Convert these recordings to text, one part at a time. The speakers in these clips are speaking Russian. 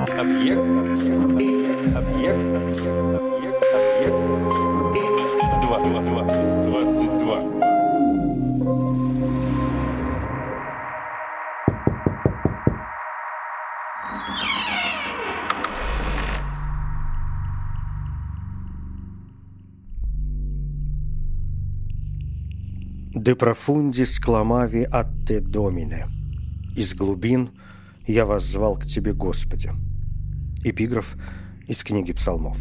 Объект. Два. 22. «De profundis clamavi ad te, Domine». «Из глубин я воззвал к Тебе, Господи». Эпиграф из книги Псалмов.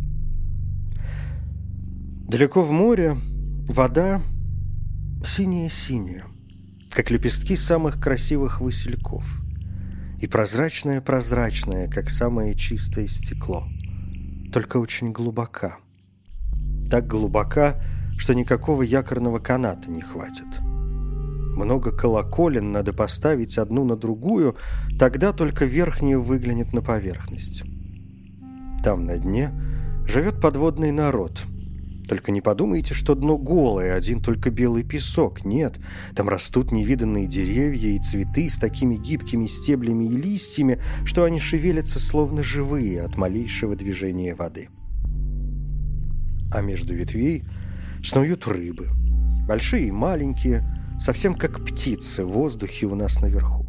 Далеко в море вода синяя-синяя, как лепестки самых красивых васильков, и прозрачная-прозрачная, как самое чистое стекло, только очень глубока. Так глубока, что никакого якорного каната не хватит. Много колоколен надо поставить одну на другую, тогда только верхняя выглянет на поверхность. Там на дне живет подводный народ. Только не подумайте, что дно голое, один только белый песок. Нет, там растут невиданные деревья и цветы с такими гибкими стеблями и листьями, что они шевелятся словно живые от малейшего движения воды. А между ветвей снуют рыбы, большие и маленькие, совсем как птицы в воздухе у нас наверху.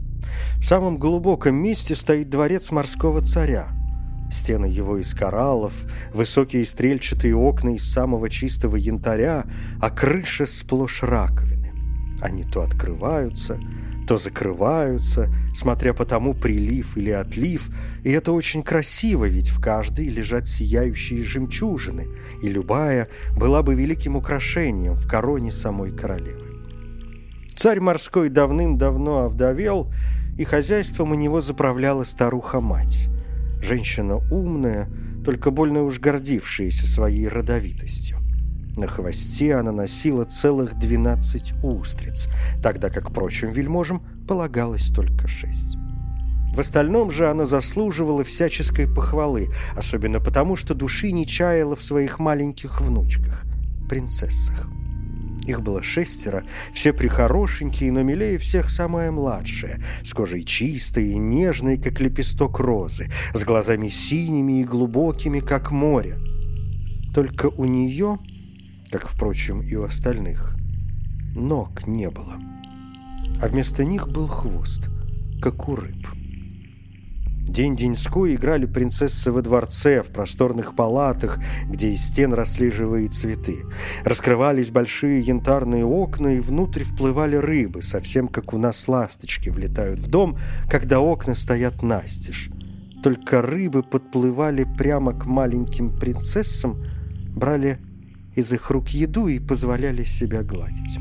В самом глубоком месте стоит дворец морского царя. Стены его из кораллов, высокие стрельчатые окна из самого чистого янтаря, а крыша сплошь раковины. Они то открываются, то закрываются, смотря по тому, прилив или отлив, и это очень красиво, ведь в каждой лежат сияющие жемчужины, и любая была бы великим украшением в короне самой королевы. Царь морской давным-давно овдовел, и хозяйством у него заправляла старуха-мать. Женщина умная, только больно уж гордившаяся своей родовитостью. На хвосте она носила целых 12 устриц, тогда как прочим вельможам полагалось только 6. В остальном же она заслуживала всяческой похвалы, особенно потому, что души не чаяла в своих маленьких внучках, принцессах. Их было 6, все прихорошенькие, но милее всех самая младшая, с кожей чистой и нежной, как лепесток розы, с глазами синими и глубокими, как море. Только у нее, как, впрочем, и у остальных, ног не было, а вместо них был хвост, как у рыб. День-деньской играли принцессы во дворце, в просторных палатах, где из стен росли живые цветы. Раскрывались большие янтарные окна, и внутрь вплывали рыбы, совсем как у нас ласточки влетают в дом, когда окна стоят настежь. Только рыбы подплывали прямо к маленьким принцессам, брали из их рук еду и позволяли себя гладить.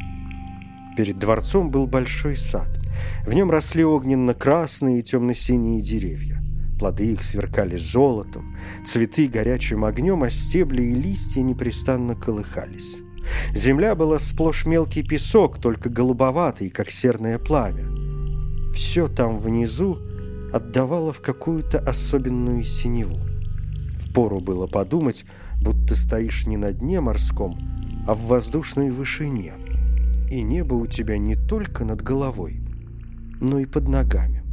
Перед дворцом был большой сад. В нем росли огненно-красные и темно-синие деревья. Плоды их сверкали золотом, цветы горячим огнем, а стебли и листья непрестанно колыхались. Земля была сплошь мелкий песок, только голубоватый, как серное пламя. Все там внизу отдавало в какую-то особенную синеву. Впору было подумать, будто стоишь не на дне морском, а в воздушной вышине. И небо у тебя не только над головой, но и под ногами.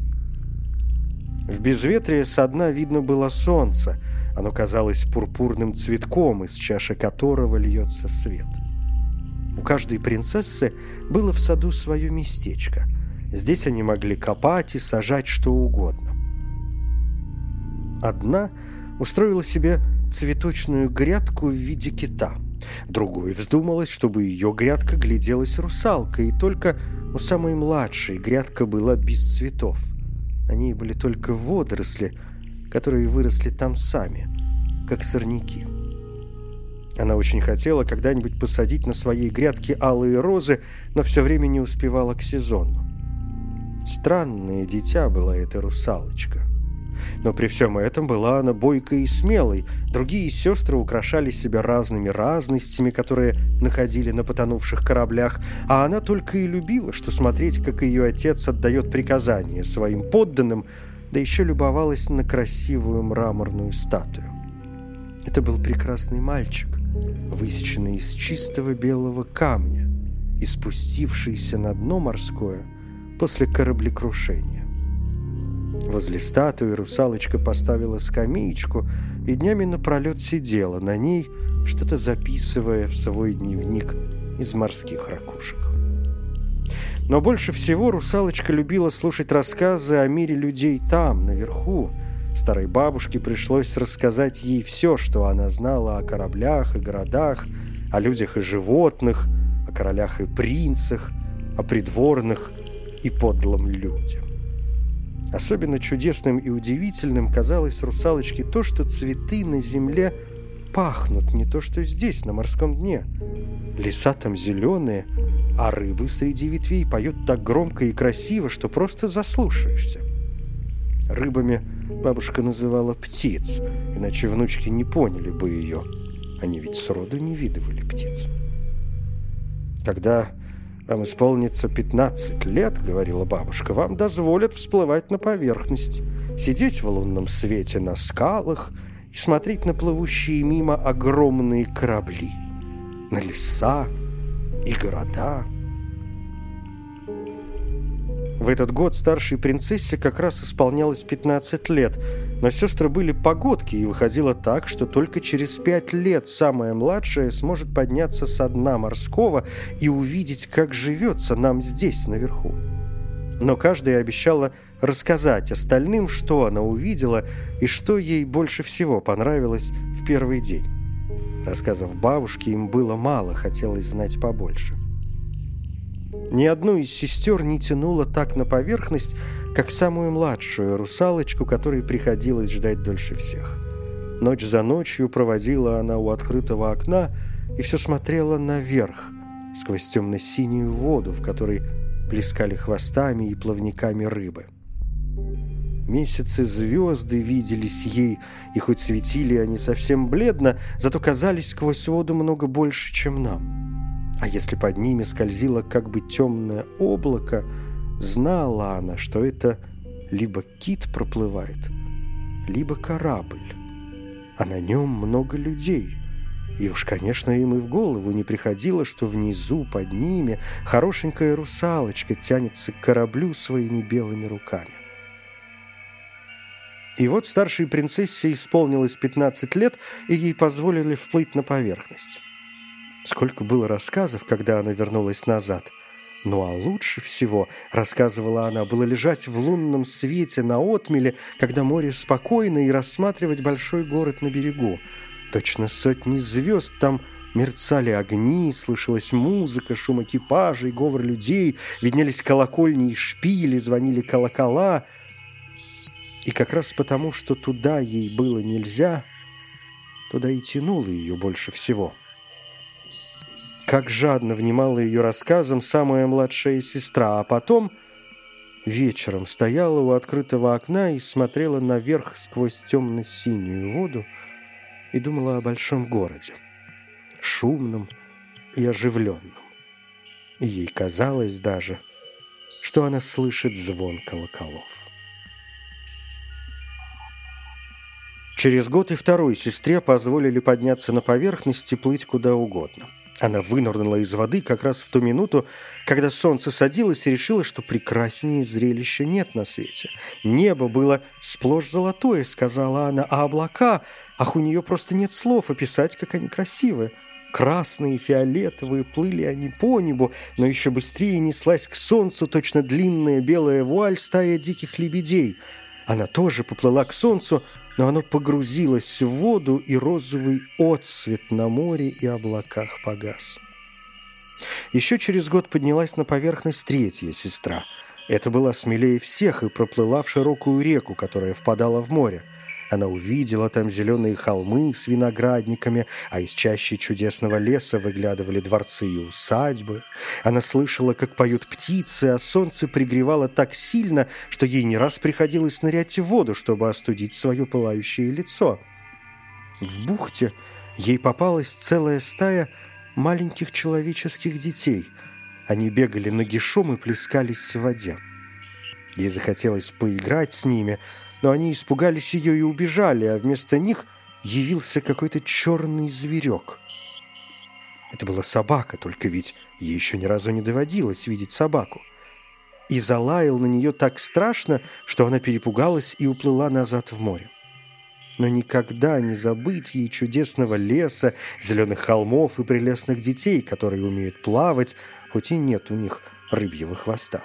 В безветрие со дна видно было солнце. Оно казалось пурпурным цветком, из чаши которого льется свет. У каждой принцессы было в саду свое местечко. Здесь они могли копать и сажать что угодно. Одна устроила себе цветочную грядку в виде кита. Другой вздумалось, чтобы ее грядка гляделась русалкой, и только у самой младшей грядка была без цветов. На ней были только водоросли, которые выросли там сами, как сорняки. Она очень хотела когда-нибудь посадить на своей грядке алые розы, но все время не успевала к сезону. Странное дитя была эта русалочка. Но при всем этом была она бойкой и смелой. Другие сестры украшали себя разными разностями, которые находили на потонувших кораблях, а она только и любила, что смотреть, как ее отец отдает приказания своим подданным, да еще любовалась на красивую мраморную статую. Это был прекрасный мальчик, высеченный из чистого белого камня и спустившийся на дно морское после кораблекрушения. Возле статуи русалочка поставила скамеечку и днями напролет сидела на ней, что-то записывая в свой дневник из морских ракушек. Но больше всего русалочка любила слушать рассказы о мире людей там, наверху. Старой бабушке пришлось рассказать ей все, что она знала о кораблях и городах, о людях и животных, о королях и принцах, о придворных и подлом люде. Особенно чудесным и удивительным казалось русалочке то, что цветы на земле пахнут не то, что здесь, на морском дне. Леса там зеленые, а рыбы среди ветвей поют так громко и красиво, что просто заслушаешься. Рыбами бабушка называла птиц, иначе внучки не поняли бы ее. Они ведь сроду не видывали птиц. «Когда вам исполнится 15 лет, — говорила бабушка, — вам дозволят всплывать на поверхность, сидеть в лунном свете на скалах и смотреть на плывущие мимо огромные корабли, на леса и города». В этот год старшей принцессе как раз исполнялось 15 лет, но сестры были погодки, и выходило так, что только через 5 лет самая младшая сможет подняться со дна морского и увидеть, как живется нам здесь, наверху. Но каждая обещала рассказать остальным, что она увидела и что ей больше всего понравилось в первый день. Рассказов бабушки им было мало, хотелось знать побольше. Ни одну из сестер не тянуло так на поверхность, как самую младшую русалочку, которой приходилось ждать дольше всех. Ночь за ночью проводила она у открытого окна и все смотрела наверх, сквозь темно-синюю воду, в которой плескали хвостами и плавниками рыбы. Месяцы звезды виделись ей, и хоть светили они совсем бледно, зато казались сквозь воду много больше, чем нам. А если под ними скользило как бы темное облако, знала она, что это либо кит проплывает, либо корабль, а на нем много людей. И уж, конечно, им и в голову не приходило, что внизу, под ними, хорошенькая русалочка тянется к кораблю своими белыми руками. И вот старшей принцессе исполнилось 15 лет, и ей позволили вплыть на поверхность. Сколько было рассказов, когда она вернулась назад. Ну а лучше всего, рассказывала она, было лежать в лунном свете на отмеле, когда море спокойно, и рассматривать большой город на берегу. Точно сотни звезд там мерцали огни, слышалась музыка, шум экипажей, говор людей, виднелись колокольни и шпили, звонили колокола. И как раз потому, что туда ей было нельзя, туда и тянуло ее больше всего. Как жадно внимала ее рассказам самая младшая сестра, а потом вечером стояла у открытого окна и смотрела наверх сквозь темно-синюю воду и думала о большом городе, шумном и оживленном. И ей казалось даже, что она слышит звон колоколов. Через год и второй сестре позволили подняться на поверхность и плыть куда угодно. Она вынырнула из воды как раз в ту минуту, когда солнце садилось, и решила, что прекраснее зрелища нет на свете. Небо было сплошь золотое, сказала она, а облака, ах, у нее просто нет слов описать, как они красивы. Красные, фиолетовые, плыли они по небу, но еще быстрее неслась к солнцу точно длинная белая вуаль стая диких лебедей. Она тоже поплыла к солнцу, но оно погрузилось в воду, и розовый отсвет на море и облаках погас. Еще через год поднялась на поверхность третья сестра. Это была смелее всех и проплыла в широкую реку, которая впадала в море. Она увидела там зеленые холмы с виноградниками, а из чащи чудесного леса выглядывали дворцы и усадьбы. Она слышала, как поют птицы, а солнце пригревало так сильно, что ей не раз приходилось нырять в воду, чтобы остудить свое пылающее лицо. В бухте ей попалась целая стая маленьких человеческих детей. Они бегали нагишом и плескались в воде. Ей захотелось поиграть с ними, но они испугались ее и убежали, а вместо них явился какой-то черный зверек. Это была собака, только ведь ей еще ни разу не доводилось видеть собаку. и залаял на нее так страшно, что она перепугалась и уплыла назад в море. Но никогда не забыть ей чудесного леса, зеленых холмов и прелестных детей, которые умеют плавать, хоть и нет у них рыбьего хвоста.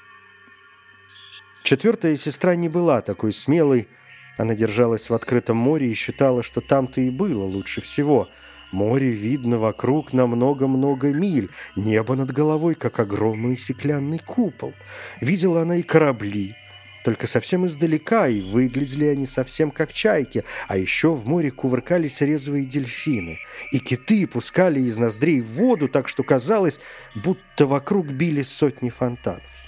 Четвертая сестра не была такой смелой. Она держалась в открытом море и считала, что там-то и было лучше всего. Море видно вокруг на много-много миль, небо над головой, как огромный стеклянный купол. Видела она и корабли, только совсем издалека, и выглядели они совсем как чайки, а еще в море кувыркались резвые дельфины, и киты пускали из ноздрей в воду, так что казалось, будто вокруг били сотни фонтанов.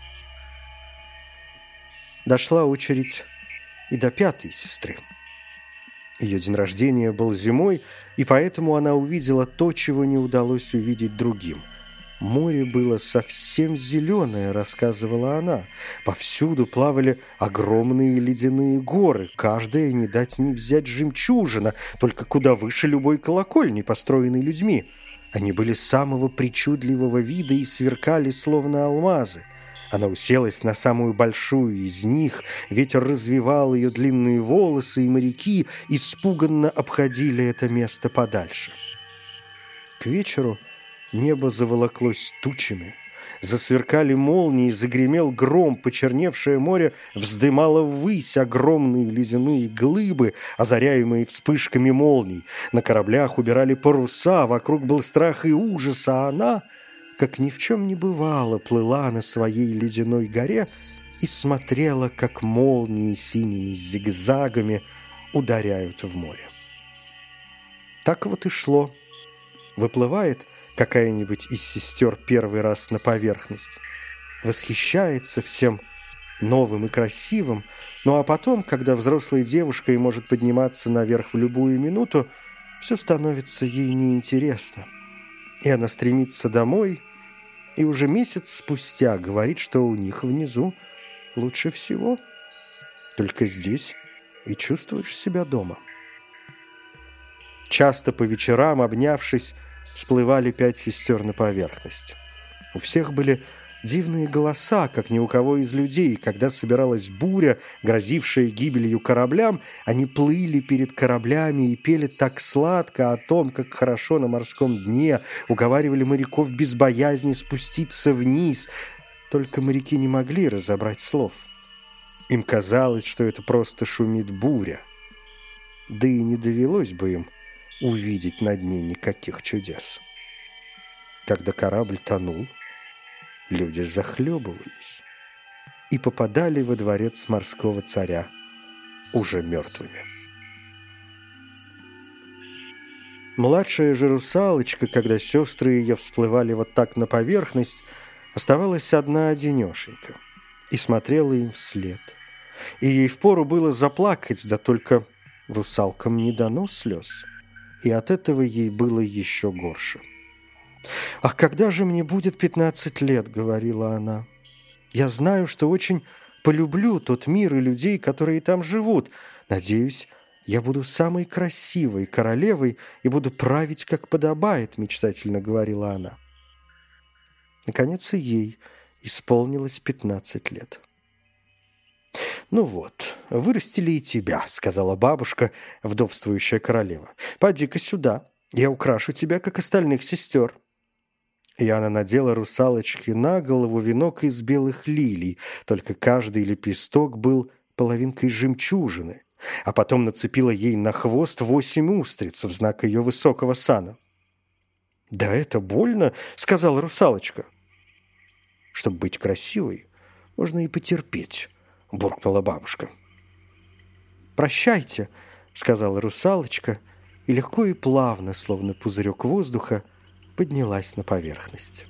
Дошла очередь и до пятой сестры. Ее день рождения был зимой, и поэтому она увидела то, чего не удалось увидеть другим. Море было совсем зеленое, рассказывала она. Повсюду плавали огромные ледяные горы, каждая не дать не взять жемчужина, только куда выше любой колокольни, построенной людьми. Они были самого причудливого вида и сверкали, словно алмазы. Она уселась на самую большую из них, ветер развивал ее длинные волосы, и моряки испуганно обходили это место подальше. К вечеру небо заволоклось тучами, засверкали молнии, загремел гром, почерневшее море вздымало ввысь огромные ледяные глыбы, озаряемые вспышками молний. На кораблях убирали паруса, вокруг был страх и ужас, а она, как ни в чем не бывало, плыла на своей ледяной горе и смотрела, как молнии синими зигзагами ударяют в море. Так вот и шло. Выплывает какая-нибудь из сестер первый раз на поверхность, восхищается всем новым и красивым, ну а потом, когда взрослая девушка и может подниматься наверх в любую минуту, все становится ей неинтересно. И она стремится домой, и уже месяц спустя говорит, что у них внизу лучше всего. Только здесь и чувствуешь себя дома. Часто по вечерам, обнявшись, всплывали 5 сестер на поверхность. У всех были дивные голоса, как ни у кого из людей. Когда собиралась буря, грозившая гибелью кораблям, они плыли перед кораблями и пели так сладко о том, как хорошо на морском дне, уговаривали моряков без боязни спуститься вниз. Только моряки не могли разобрать слов. Им казалось, что это просто шумит буря. Да и не довелось бы им увидеть на дне никаких чудес. Когда корабль тонул, люди захлебывались и попадали во дворец морского царя уже мертвыми. Младшая же русалочка, когда сестры ее всплывали вот так на поверхность, оставалась одна-одинешенька и смотрела им вслед. И ей впору было заплакать, да только русалкам не дано слез, и от этого ей было еще горше. «Ах, когда же мне будет 15 лет?» — говорила она. «Я знаю, что очень полюблю тот мир и людей, которые там живут. Надеюсь, я буду самой красивой королевой и буду править, как подобает», — мечтательно говорила она. Наконец и ей исполнилось 15 лет. «Ну вот, вырастили и тебя», — сказала бабушка, вдовствующая королева. «Поди-ка сюда, я украшу тебя, как остальных сестер». И она надела русалочке на голову венок из белых лилий, только каждый лепесток был половинкой жемчужины, а потом нацепила ей на хвост 8 устриц в знак ее высокого сана. «Да это больно», — сказала русалочка. «Чтобы быть красивой, можно и потерпеть», — буркнула бабушка. «Прощайте», — сказала русалочка, и легко и плавно, словно пузырек воздуха, поднялась на поверхность.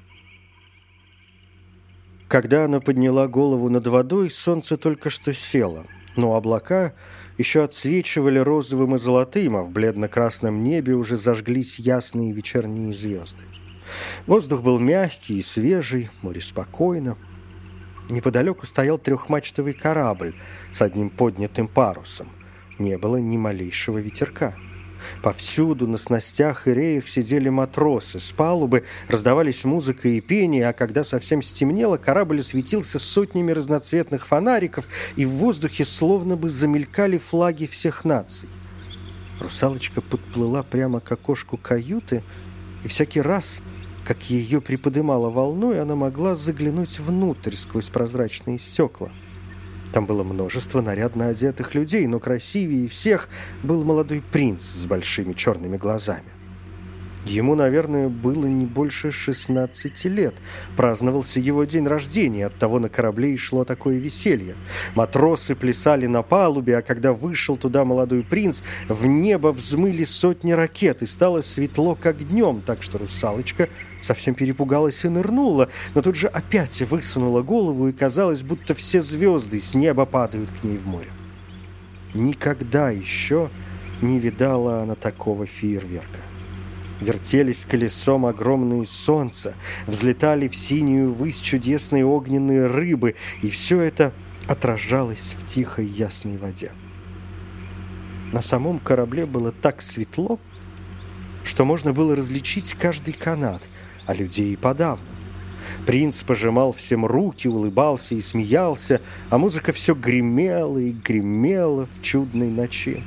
Когда она подняла голову над водой, солнце только что село, но облака еще отсвечивали розовым и золотым, а в бледно-красном небе уже зажглись ясные вечерние звезды. Воздух был мягкий и свежий, море спокойно. Неподалеку стоял 3-мачтовый корабль с одним поднятым парусом. Не было ни малейшего ветерка. Повсюду на снастях и реях сидели матросы. С палубы раздавались музыка и пение, а когда совсем стемнело, корабль осветился сотнями разноцветных фонариков, и в воздухе словно бы замелькали флаги всех наций. Русалочка подплыла прямо к окошку каюты, и всякий раз, как ее приподымало волной, она могла заглянуть внутрь сквозь прозрачные стекла. Там было множество нарядно одетых людей, но красивее всех был молодой принц с большими черными глазами. Ему, наверное, было не больше 16 лет. Праздновался его день рождения, оттого на корабле и шло такое веселье. Матросы плясали на палубе, а когда вышел туда молодой принц, в небо взмыли сотни ракет, и стало светло, как днем, так что русалочка совсем перепугалась и нырнула, но тут же опять высунула голову, и казалось, будто все звезды с неба падают к ней в море. Никогда еще не видала она такого фейерверка. Вертелись колесом огромные солнца, взлетали в синюю высь чудесные огненные рыбы, и все это отражалось в тихой ясной воде. На самом корабле было так светло, что можно было различить каждый канат, а людей и подавно. Принц пожимал всем руки, улыбался и смеялся, а музыка все гремела и гремела в чудной ночи.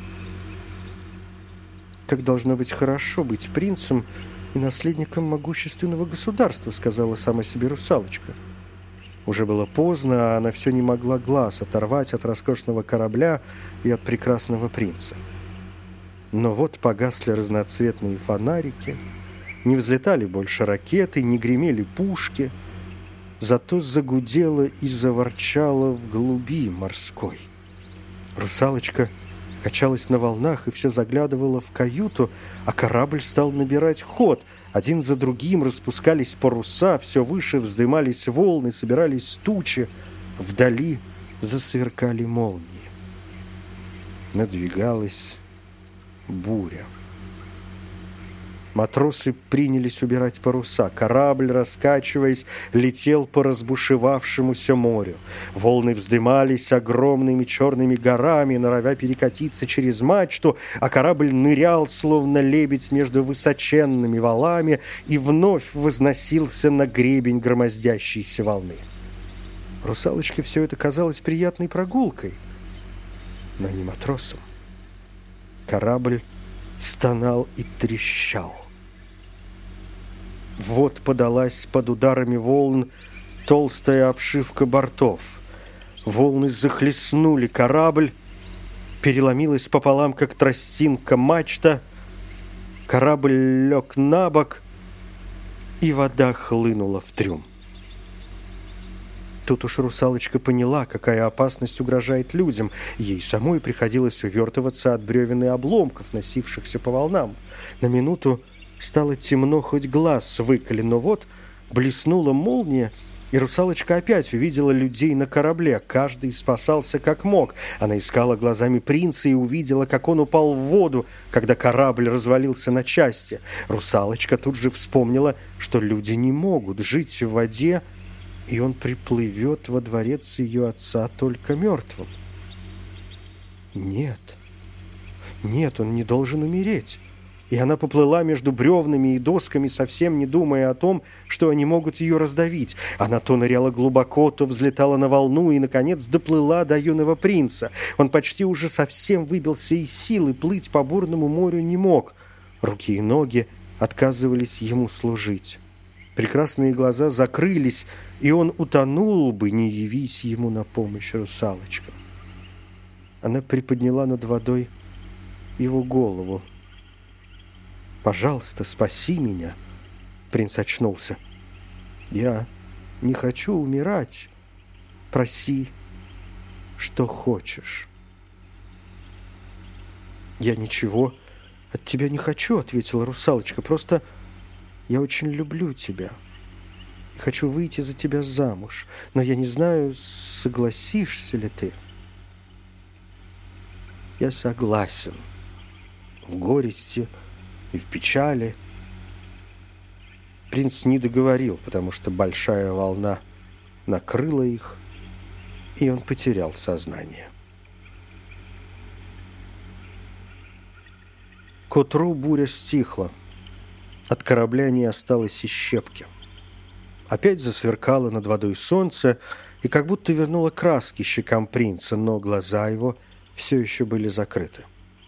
«Как должно быть хорошо быть принцем и наследником могущественного государства», — сказала сама себе русалочка. Уже было поздно, а она все не могла глаз оторвать от роскошного корабля и от прекрасного принца. Но вот погасли разноцветные фонарики, не взлетали больше ракеты, не гремели пушки, зато загудело и заворчало в глуби морской. Русалочка качалась на волнах и все заглядывала в каюту, а корабль стал набирать ход. Один за другим распускались паруса, все выше вздымались волны, собирались тучи. Вдали засверкали молнии. Надвигалась буря. Матросы принялись убирать паруса. Корабль, раскачиваясь, летел по разбушевавшемуся морю. Волны вздымались огромными черными горами, норовя перекатиться через мачту, а корабль нырял, словно лебедь, между высоченными валами и вновь возносился на гребень громоздящейся волны. Русалочке все это казалось приятной прогулкой, но не матросам. Корабль стонал и трещал. Вот подалась под ударами волн толстая обшивка бортов. Волны захлестнули корабль, переломилась пополам, как тростинка, мачта. Корабль лег на бок, и вода хлынула в трюм. Тут уж русалочка поняла, какая опасность угрожает людям. Ей самой приходилось увертываться от бревен и обломков, носившихся по волнам. На минуту стало темно, хоть глаз выколи, но вот блеснула молния, и русалочка опять увидела людей на корабле. Каждый спасался как мог. Она искала глазами принца и увидела, как он упал в воду, когда корабль развалился на части. Русалочка тут же вспомнила, что люди не могут жить в воде, и он приплывет во дворец ее отца только мертвым. Нет, он не должен умереть. И она поплыла между бревнами и досками, совсем не думая о том, что они могут ее раздавить. Она то ныряла глубоко, то взлетала на волну и, наконец, доплыла до юного принца. Он почти уже совсем выбился из сил и плыть по бурному морю не мог. Руки и ноги отказывались ему служить. Прекрасные глаза закрылись, и он утонул бы, не явись ему на помощь русалочка. Она приподняла над водой его голову. «Пожалуйста, спаси меня!» Принц очнулся. «Я не хочу умирать. Проси, что хочешь». «Я ничего от тебя не хочу», — ответила русалочка. «Просто я очень люблю тебя и хочу выйти за тебя замуж, но я не знаю, согласишься ли ты». «Я согласен. В горести и в печали». Принц не договорил, потому что большая волна накрыла их, и он потерял сознание. К утру буря стихла. От корабля не осталось и щепки. Опять засверкало над водой солнце и как будто вернуло краски щекам принца, но глаза его все еще были закрыты.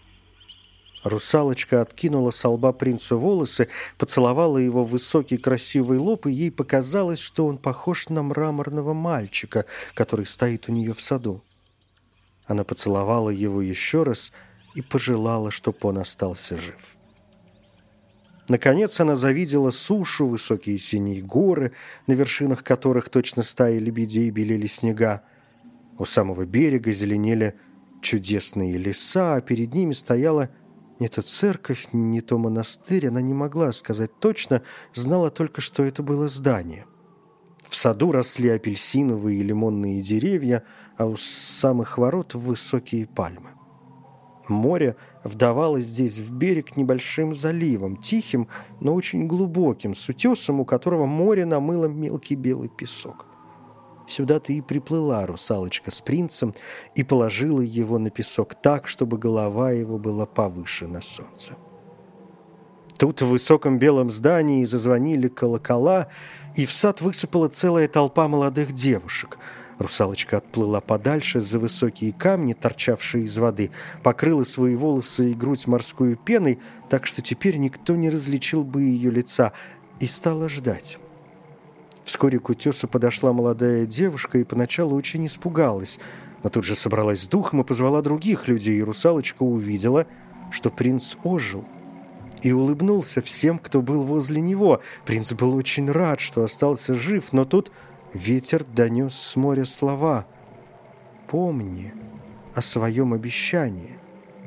Русалочка откинула со лба принцу волосы, поцеловала его в высокий красивый лоб, и ей показалось, что он похож на мраморного мальчика, который стоит у нее в саду. Она поцеловала его еще раз и пожелала, чтоб он остался жив. Наконец она завидела сушу, высокие синие горы, на вершинах которых точно стаи лебедей белели снега. У самого берега зеленели чудесные леса, а перед ними стояла не то церковь, не то монастырь. Она не могла сказать точно, знала только, что это было здание. В саду росли апельсиновые и лимонные деревья, а у самых ворот высокие пальмы. Море вдавалось здесь в берег небольшим заливом, тихим, но очень глубоким, с утесом, у которого море намыло мелкий белый песок. Сюда-то и приплыла русалочка с принцем и положила его на песок так, чтобы голова его была повыше на солнце. Тут в высоком белом здании зазвонили колокола, и в сад высыпала целая толпа молодых девушек. Русалочка отплыла подальше за высокие камни, торчавшие из воды, покрыла свои волосы и грудь морской пеной, так что теперь никто не различил бы ее лица, и стала ждать. Вскоре к утесу подошла молодая девушка и поначалу очень испугалась, но тут же собралась с духом и позвала других людей, и русалочка увидела, что принц ожил, и улыбнулся всем, кто был возле него. Принц был очень рад, что остался жив, но тут ветер донес с моря слова: «Помни о своем обещании».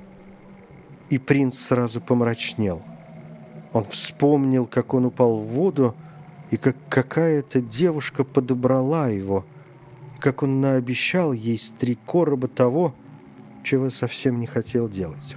И принц сразу помрачнел. Он вспомнил, как он упал в воду, и как какая-то девушка подобрала его, и как он наобещал ей 3 короба того, чего совсем не хотел делать.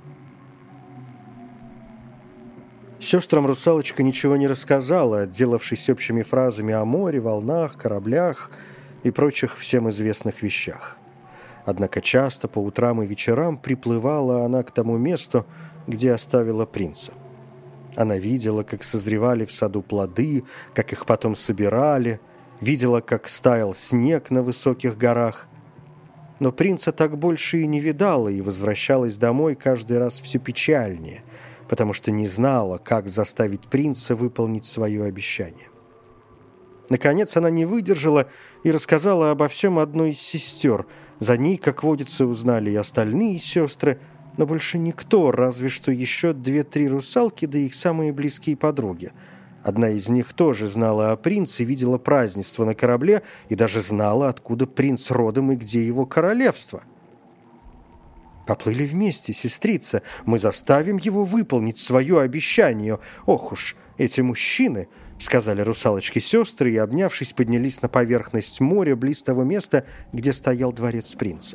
Сестрам русалочка ничего не рассказала, отделавшись общими фразами о море, волнах, кораблях и прочих всем известных вещах. Однако часто по утрам и вечерам приплывала она к тому месту, где оставила принца. Она видела, как созревали в саду плоды, как их потом собирали, видела, как стаял снег на высоких горах. Но принца так больше и не видала, и возвращалась домой каждый раз все печальнее, потому что не знала, как заставить принца выполнить свое обещание. Наконец она не выдержала и рассказала обо всем одной из сестер. За ней, как водится, узнали и остальные сестры, но больше никто, разве что еще 2-3 русалки, да их самые близкие подруги. Одна из них тоже знала о принце, видела празднество на корабле и даже знала, откуда принц родом и где его королевство. «Поплыли вместе, сестрица. Мы заставим его выполнить свое обещание. Ох уж, эти мужчины!» — сказали русалочки-сестры и, обнявшись, поднялись на поверхность моря близ того места, где стоял дворец принца.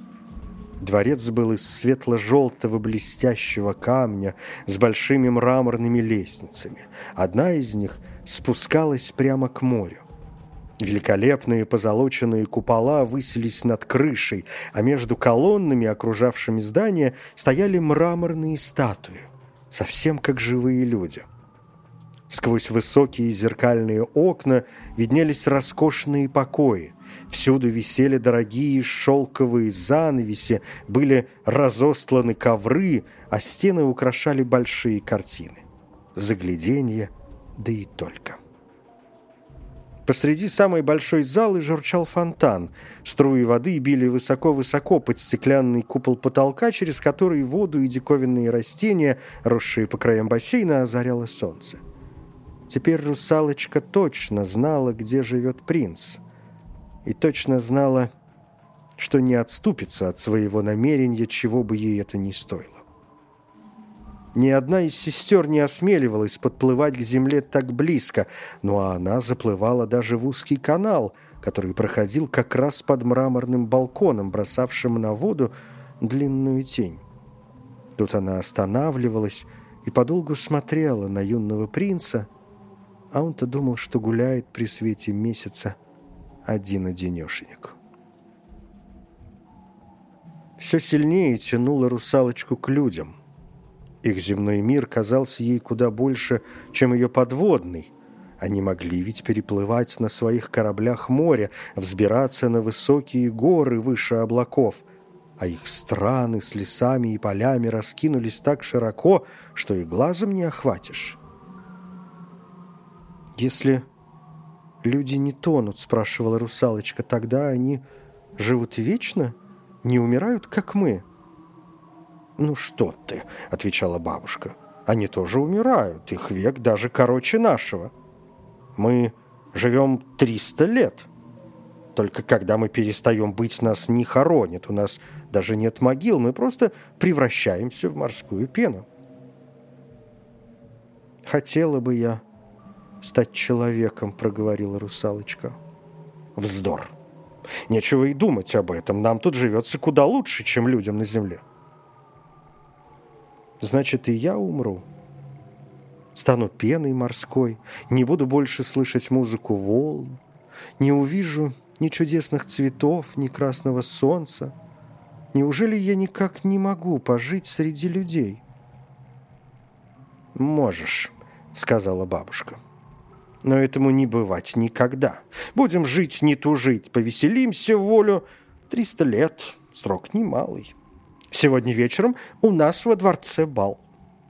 Дворец был из светло-желтого блестящего камня с большими мраморными лестницами. Одна из них спускалась прямо к морю. Великолепные позолоченные купола высились над крышей, а между колоннами, окружавшими здание, стояли мраморные статуи, совсем как живые люди. Сквозь высокие зеркальные окна виднелись роскошные покои. Всюду висели дорогие шелковые занавеси, были разостланы ковры, а стены украшали большие картины. Загляденье, да и только. Посреди самой большой залы журчал фонтан. Струи воды били высоко-высоко под стеклянный купол потолка, через который воду и диковинные растения, росшие по краям бассейна, озаряло солнце. Теперь русалочка точно знала, где живет принц. И точно знала, что не отступится от своего намерения, чего бы ей это ни стоило. Ни одна из сестер не осмеливалась подплывать к земле так близко, но она заплывала даже в узкий канал, который проходил как раз под мраморным балконом, бросавшим на воду длинную тень. Тут она останавливалась и подолгу смотрела на юного принца, а он-то думал, что гуляет при свете месяца один-одинешенек. Все сильнее тянуло русалочку к людям. Их земной мир казался ей куда больше, чем ее подводный. Они могли ведь переплывать на своих кораблях море, взбираться на высокие горы выше облаков, а их страны с лесами и полями раскинулись так широко, что и глазом не охватишь. «Если люди не тонут, — спрашивала русалочка, — тогда они живут вечно, не умирают, как мы?» «Ну что ты, — отвечала бабушка, — они тоже умирают, их век даже короче нашего. Мы живем 300 лет. Только когда мы перестаем быть, нас не хоронят, у нас даже нет могил, мы просто превращаемся в морскую пену. Хотела бы я стать человеком, — проговорила русалочка. Вздор. Нечего и думать об этом, нам тут живется куда лучше, чем людям на земле. Значит, и я умру. Стану пеной морской, не буду больше слышать музыку волн, не увижу ни чудесных цветов, ни красного солнца. Неужели я никак не могу пожить среди людей? «Можешь», — сказала бабушка. «Но этому не бывать никогда. Будем жить, не тужить, повеселимся в волю. 300 лет — срок немалый. Сегодня вечером у нас во дворце бал».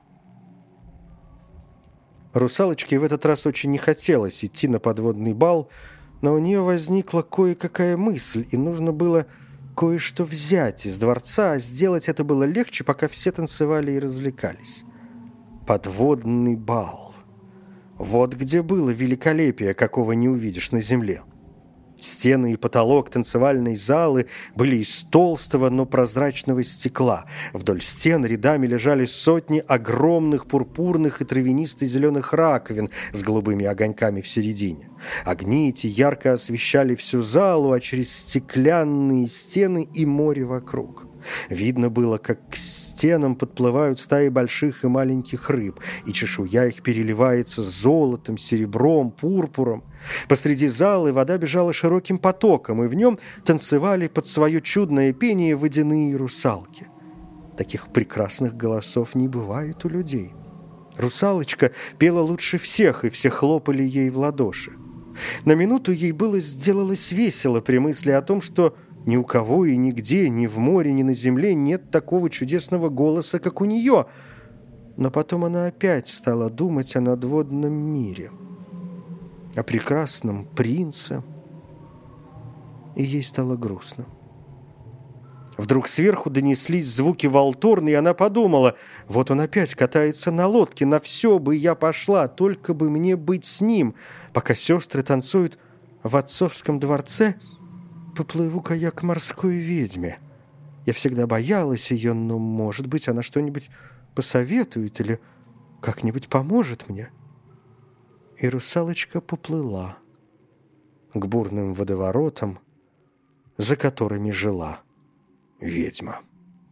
Русалочке в этот раз очень не хотелось идти на подводный бал, но у нее возникла кое-какая мысль, и нужно было кое-что взять из дворца, а сделать это было легче, пока все танцевали и развлекались. Подводный бал. Вот где было великолепие, какого не увидишь на земле. Стены и потолок танцевальной залы были из толстого, но прозрачного стекла. Вдоль стен рядами лежали сотни огромных пурпурных и травянисто-зеленых раковин с голубыми огоньками в середине. Огни эти ярко освещали всю залу, а через стеклянные стены и море вокруг. Видно было, как к стенам подплывают стаи больших и маленьких рыб, и чешуя их переливается золотом, серебром, пурпуром. Посреди залы вода бежала широким потоком, и в нем танцевали под свое чудное пение водяные русалки. Таких прекрасных голосов не бывает у людей. Русалочка пела лучше всех, и все хлопали ей в ладоши. На минуту ей сделалось весело при мысли о том, что ни у кого и нигде, ни в море, ни на земле нет такого чудесного голоса, как у нее. Но потом она опять стала думать о надводном мире, о прекрасном принце, и ей стало грустно. Вдруг сверху донеслись звуки валторны, и она подумала: вот он опять катается на лодке, на все бы я пошла, только бы мне быть с ним. Пока сестры танцуют в отцовском дворце, поплыву-ка я к морской ведьме. Я всегда боялась ее, но, может быть, она что-нибудь посоветует или как-нибудь поможет мне. И русалочка поплыла к бурным водоворотам, за которыми жила ведьма.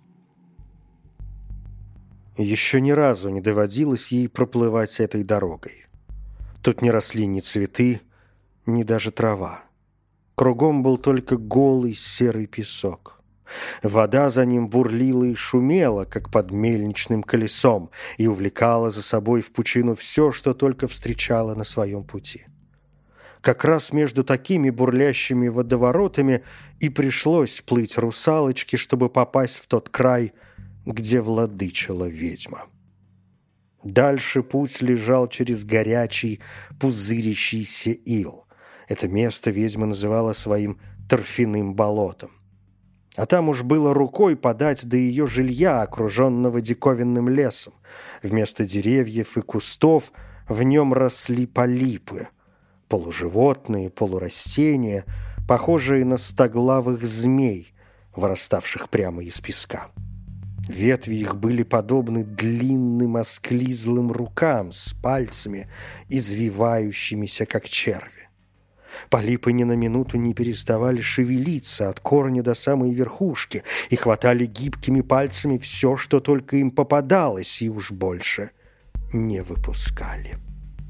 Еще ни разу не доводилось ей проплывать этой дорогой. Тут не росли ни цветы, ни даже трава. Кругом был только голый серый песок. Вода за ним бурлила и шумела, как под мельничным колесом, и увлекала за собой в пучину все, что только встречала на своем пути. Как раз между такими бурлящими водоворотами и пришлось плыть русалочке, чтобы попасть в тот край, где владычила ведьма. Дальше путь лежал через горячий, пузырящийся ил. Это место ведьма называла своим торфяным болотом. А там уж было рукой подать до ее жилья, окруженного диковинным лесом. Вместо деревьев и кустов в нем росли полипы. Полуживотные, полурастения, похожие на стоглавых змей, выраставших прямо из песка. Ветви их были подобны длинным осклизлым рукам с пальцами, извивающимися, как черви. Полипы ни на минуту не переставали шевелиться от корня до самой верхушки и хватали гибкими пальцами все, что только им попадалось, и уж больше не выпускали.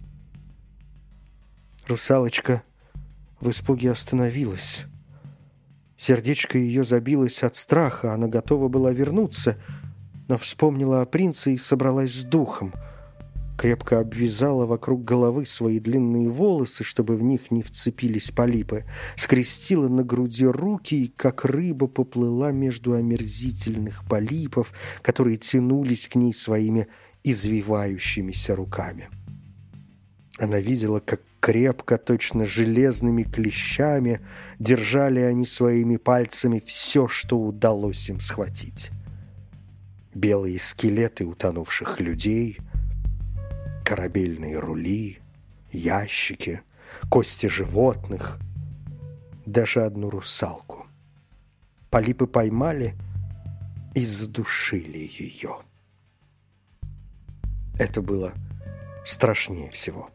Русалочка в испуге остановилась. Сердечко ее забилось от страха, она готова была вернуться, но вспомнила о принце и собралась с духом. Крепко обвязала вокруг головы свои длинные волосы, чтобы в них не вцепились полипы, скрестила на груди руки и, как рыба, поплыла между омерзительных полипов, которые тянулись к ней своими извивающимися руками. Она видела, как крепко, точно железными клещами, держали они своими пальцами все, что удалось им схватить. Белые скелеты утонувших людей, корабельные рули, ящики, кости животных, даже одну русалку. Полипы поймали и задушили ее. Это было страшнее всего.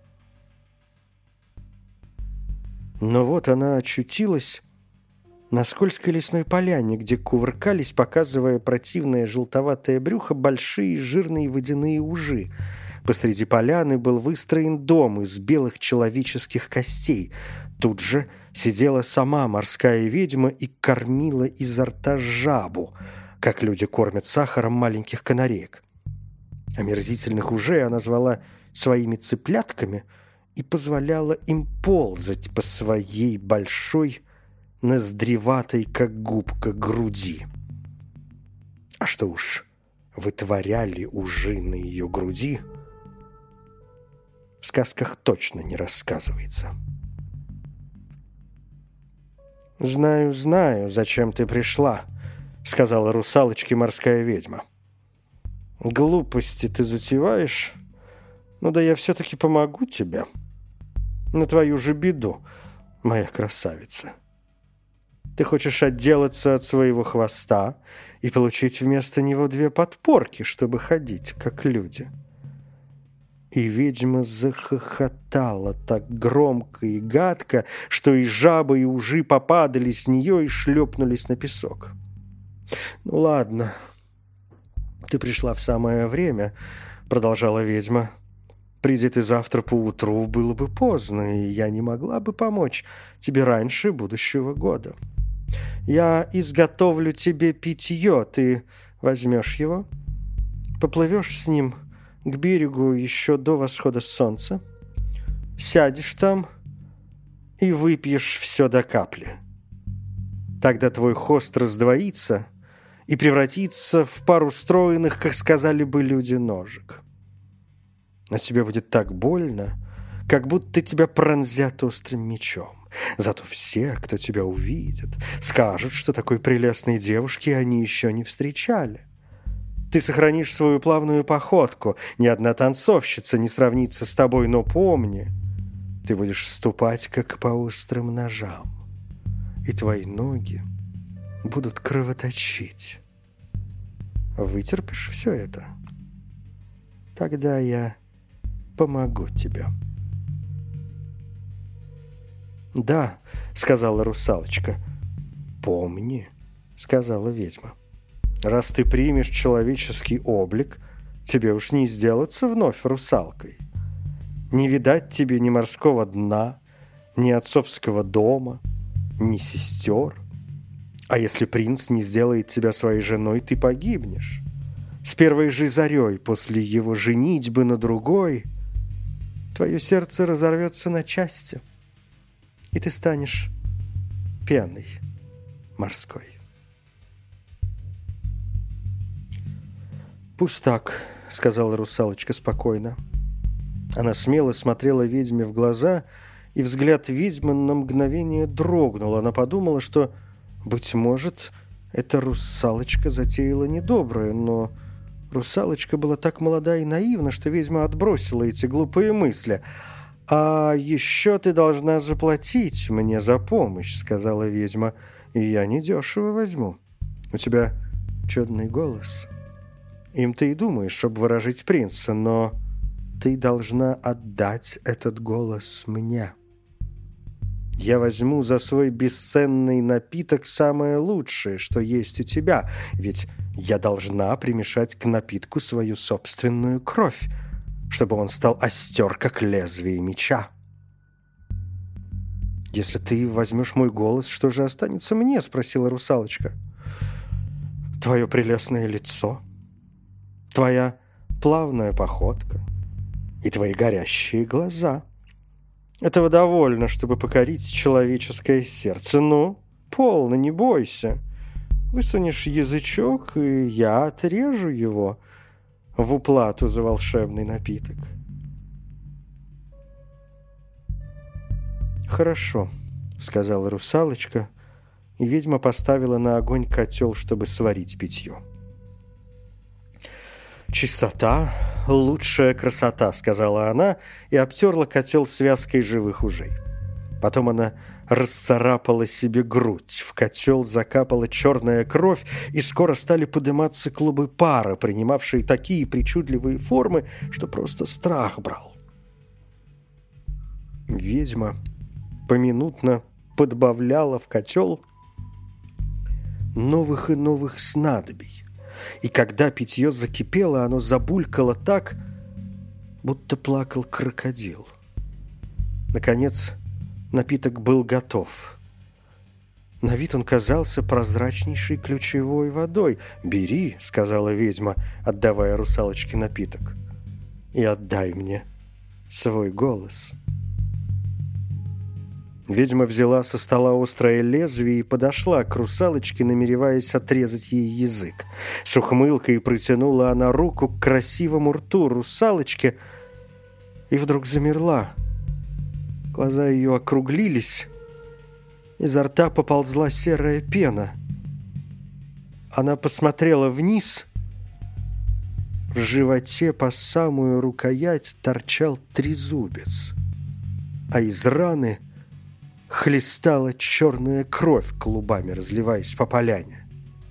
Но вот она очутилась на скользкой лесной поляне, где кувыркались, показывая противное желтоватое брюхо, большие жирные водяные ужи. Посреди поляны был выстроен дом из белых человеческих костей. Тут же сидела сама морская ведьма и кормила изо рта жабу, как люди кормят сахаром маленьких канареек. Омерзительных ужей она звала своими цыплятками и позволяла им ползать по своей большой, ноздреватой, как губка, груди. А что уж вытворяли ужи на ее груди, в сказках точно не рассказывается. «Знаю, знаю, зачем ты пришла», — сказала русалочке морская ведьма. «Глупости ты затеваешь? Ну да я все-таки помогу тебе. На твою же беду, моя красавица. Ты хочешь отделаться от своего хвоста и получить вместо него 2 подпорки, чтобы ходить, как люди». И ведьма захохотала так громко и гадко, что и жабы, и ужи попадали с нее и шлепнулись на песок. «Ну ладно, ты пришла в самое время», — продолжала ведьма. «Приди ты завтра поутру, было бы поздно, и я не могла бы помочь тебе раньше будущего года. Я изготовлю тебе питье, ты возьмешь его, поплывешь с ним к берегу еще до восхода солнца, сядешь там и выпьешь все до капли. Тогда твой хвост раздвоится и превратится в пару стройных, как сказали бы люди, ножек. А тебе будет так больно, как будто тебя пронзят острым мечом. Зато все, кто тебя увидит, скажут, что такой прелестной девушки они еще не встречали. Ты сохранишь свою плавную походку, ни одна танцовщица не сравнится с тобой, но помни, ты будешь ступать, как по острым ножам, и твои ноги будут кровоточить. Вытерпишь все это? Тогда я помогу тебе». «Да», — сказала русалочка. «Помни», — сказала ведьма, «раз ты примешь человеческий облик, тебе уж не сделаться вновь русалкой. Не видать тебе ни морского дна, ни отцовского дома, ни сестер. А если принц не сделает тебя своей женой, ты погибнешь. С первой же зарей после его женитьбы на другой твое сердце разорвется на части, и ты станешь пеной морской». «Пусть так», — сказала русалочка спокойно. Она смело смотрела ведьме в глаза, и взгляд ведьмы на мгновение дрогнул. Она подумала, что, быть может, эта русалочка затеяла недоброе, но русалочка была так молода и наивна, что ведьма отбросила эти глупые мысли. «А еще ты должна заплатить мне за помощь», — сказала ведьма, — «и я недешево возьму. У тебя чудный голос. Им ты и думаешь обворожить принца, но ты должна отдать этот голос мне. Я возьму за свой бесценный напиток самое лучшее, что есть у тебя, ведь я должна примешать к напитку свою собственную кровь, чтобы он стал остер, как лезвие меча. Если ты возьмешь мой голос, что же останется мне?» — спросила русалочка. «Твое прелестное лицо, твоя плавная походка и твои горящие глаза. Этого довольно, чтобы покорить человеческое сердце. Ну, полно, не бойся. Высунешь язычок, и я отрежу его в уплату за волшебный напиток. «Хорошо», — сказала русалочка, и ведьма поставила на огонь котел, чтобы сварить питье. «Чистота — лучшая красота», — сказала она, и обтерла котел связкой живых ужей. Потом она расцарапала себе грудь, в котел закапала черная кровь, и скоро стали подниматься клубы пара, принимавшие такие причудливые формы, что просто страх брал. Ведьма поминутно подбавляла в котел новых и новых снадобий, и когда питье закипело, оно забулькало так, будто плакал крокодил. Наконец, напиток был готов. На вид он казался прозрачнейшей ключевой водой. «Бери», — сказала ведьма, отдавая русалочке напиток, — «и отдай мне свой голос». Ведьма взяла со стола острое лезвие и подошла к русалочке, намереваясь отрезать ей язык. С ухмылкой протянула она руку к красивому рту русалочки и вдруг замерла. Глаза ее округлились, изо рта поползла серая пена. Она посмотрела вниз. В животе по самую рукоять торчал трезубец, а из раны хлестала черная кровь клубами, разливаясь по поляне.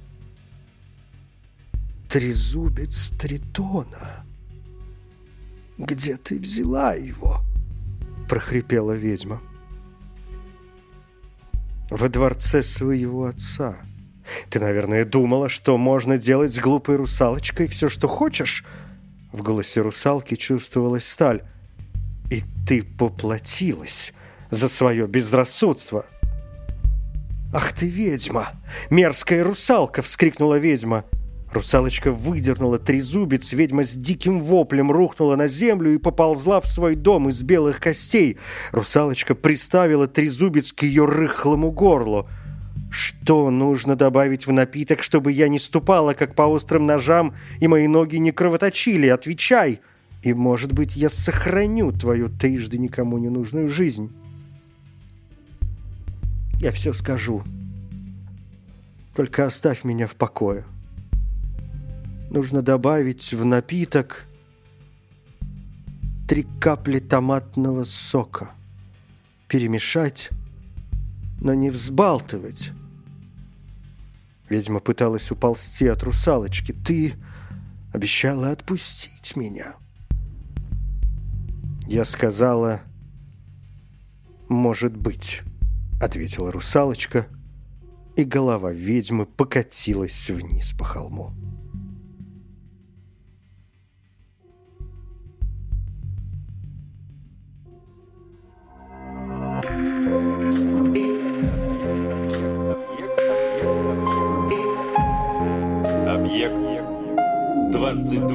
«Трезубец Тритона! Где ты взяла его?» — прохрипела ведьма. «Во дворце своего отца. Ты, наверное, думала, что можно делать с глупой русалочкой все, что хочешь?» В голосе русалки чувствовалась сталь. «И ты поплатилась за свое безрассудство». «Ах ты, ведьма! Мерзкая русалка!» — вскрикнула ведьма. Русалочка выдернула трезубец, ведьма с диким воплем рухнула на землю и поползла в свой дом из белых костей. Русалочка приставила трезубец к ее рыхлому горлу. «Что нужно добавить в напиток, чтобы я не ступала, как по острым ножам, и мои ноги не кровоточили? Отвечай, и, может быть, я сохраню твою трижды никому не нужную жизнь». «Я все скажу. Только оставь меня в покое. Нужно добавить в напиток 3 капли томатного сока. Перемешать, но не взбалтывать». Ведьма пыталась уползти от русалочки. «Ты обещала отпустить меня». «Я сказала, может быть», — ответила русалочка, и голова ведьмы покатилась вниз по холму. Объект 22.